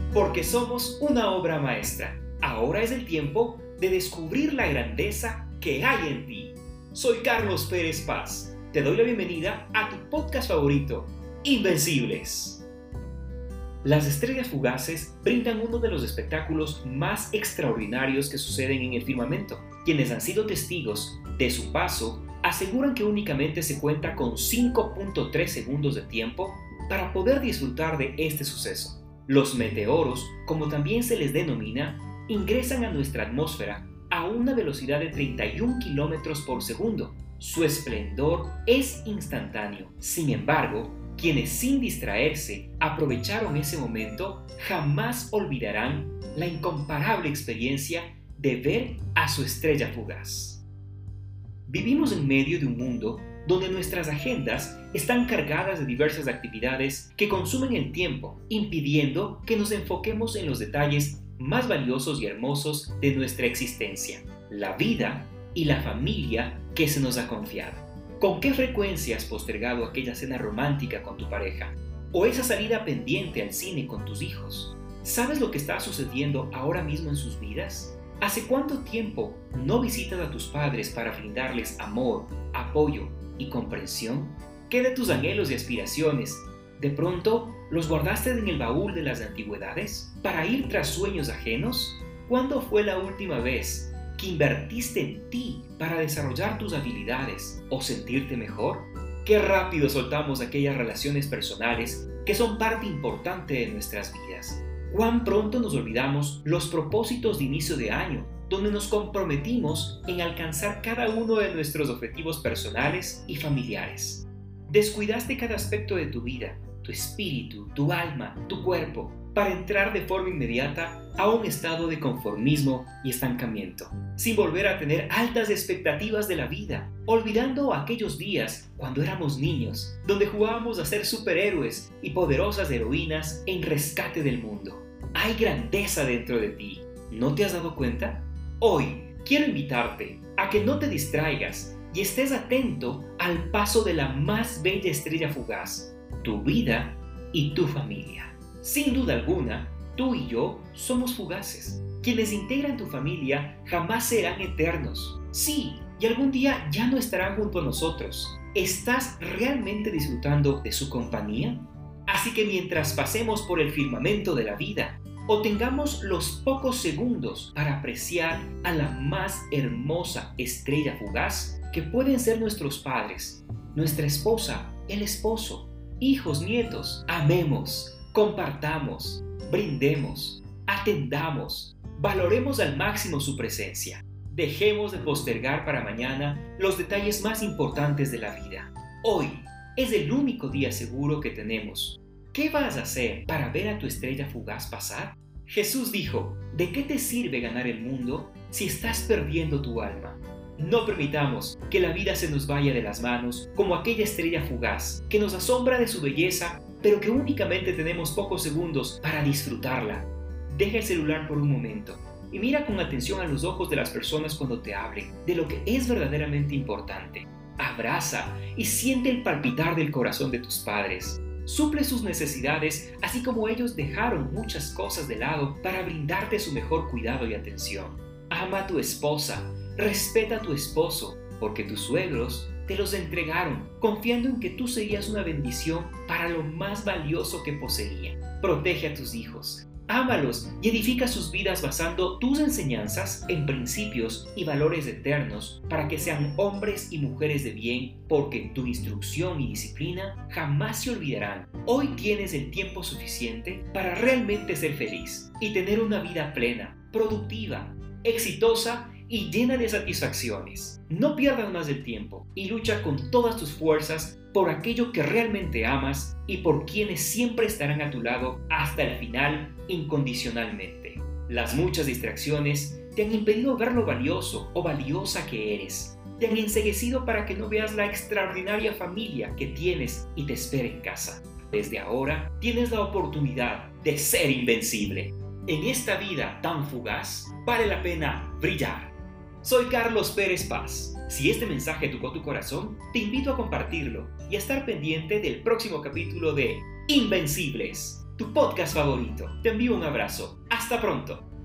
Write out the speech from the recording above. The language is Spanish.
porque somos una obra maestra. Ahora es el tiempo de descubrir la grandeza que hay en ti. Soy Carlos Pérez Paz. Te doy la bienvenida a tu podcast favorito, Invencibles. Las estrellas fugaces brindan uno de los espectáculos más extraordinarios que suceden en el firmamento. Quienes han sido testigos de su paso aseguran que únicamente se cuenta con 5.3 segundos de tiempo para poder disfrutar de este suceso. Los meteoros, como también se les denomina, ingresan a nuestra atmósfera a una velocidad de 31 kilómetros por segundo. Su esplendor es instantáneo. Sin embargo, quienes sin distraerse aprovecharon ese momento jamás olvidarán la incomparable experiencia de ver a su estrella fugaz. Vivimos en medio de un mundo donde nuestras agendas están cargadas de diversas actividades que consumen el tiempo, impidiendo que nos enfoquemos en los detalles más valiosos y hermosos de nuestra existencia, la vida y la familia que se nos ha confiado. ¿Con qué frecuencia has postergado aquella cena romántica con tu pareja? ¿O esa salida pendiente al cine con tus hijos? ¿Sabes lo que está sucediendo ahora mismo en sus vidas? ¿Hace cuánto tiempo no visitas a tus padres para brindarles amor, apoyo y comprensión? ¿Qué de tus anhelos y aspiraciones? ¿De pronto los guardaste en el baúl de las antigüedades para ir tras sueños ajenos? ¿Cuándo fue la última vez que invertiste en ti para desarrollar tus habilidades o sentirte mejor? Qué rápido soltamos aquellas relaciones personales que son parte importante de nuestras vidas. Cuán pronto nos olvidamos los propósitos de inicio de año, donde nos comprometimos en alcanzar cada uno de nuestros objetivos personales y familiares. Descuidaste cada aspecto de tu vida, tu espíritu, tu alma, tu cuerpo, para entrar de forma inmediata a un estado de conformismo y estancamiento, sin volver a tener altas expectativas de la vida, olvidando aquellos días cuando éramos niños, donde jugábamos a ser superhéroes y poderosas heroínas en rescate del mundo. Hay grandeza dentro de ti, ¿no te has dado cuenta? Hoy quiero invitarte a que no te distraigas y estés atento al paso de la más bella estrella fugaz, tu vida y tu familia. Sin duda alguna, tú y yo somos fugaces. Quienes integran tu familia jamás serán eternos. Sí, y algún día ya no estarán junto a nosotros. ¿Estás realmente disfrutando de su compañía? Así que mientras pasemos por el firmamento de la vida, o tengamos los pocos segundos para apreciar a la más hermosa estrella fugaz, que pueden ser nuestros padres, nuestra esposa, el esposo, hijos, nietos, amemos, compartamos, brindemos, atendamos, valoremos al máximo su presencia. Dejemos de postergar para mañana los detalles más importantes de la vida. Hoy es el único día seguro que tenemos. ¿Qué vas a hacer para ver a tu estrella fugaz pasar? Jesús dijo, ¿de qué te sirve ganar el mundo si estás perdiendo tu alma? No permitamos que la vida se nos vaya de las manos como aquella estrella fugaz que nos asombra de su belleza, pero que únicamente tenemos pocos segundos para disfrutarla. Deja el celular por un momento y mira con atención a los ojos de las personas cuando te hablen de lo que es verdaderamente importante. Abraza y siente el palpitar del corazón de tus padres. Suple sus necesidades, así como ellos dejaron muchas cosas de lado para brindarte su mejor cuidado y atención. Ama a tu esposa, respeta a tu esposo, porque tus suegros te los entregaron, confiando en que tú serías una bendición para lo más valioso que poseían. Protege a tus hijos, ámalos y edifica sus vidas basando tus enseñanzas en principios y valores eternos para que sean hombres y mujeres de bien, porque tu instrucción y disciplina jamás se olvidarán. Hoy tienes el tiempo suficiente para realmente ser feliz y tener una vida plena, productiva, exitosa y llena de satisfacciones. No pierdas más el tiempo y lucha con todas tus fuerzas por aquello que realmente amas y por quienes siempre estarán a tu lado hasta el final incondicionalmente. Las muchas distracciones te han impedido ver lo valioso o valiosa que eres. Te han enceguecido para que no veas la extraordinaria familia que tienes y te espera en casa. Desde ahora tienes la oportunidad de ser invencible. En esta vida tan fugaz, vale la pena brillar. Soy Carlos Pérez Paz. Si este mensaje tocó tu corazón, te invito a compartirlo y a estar pendiente del próximo capítulo de Invencibles. tu podcast favorito. Te envío un abrazo. Hasta pronto.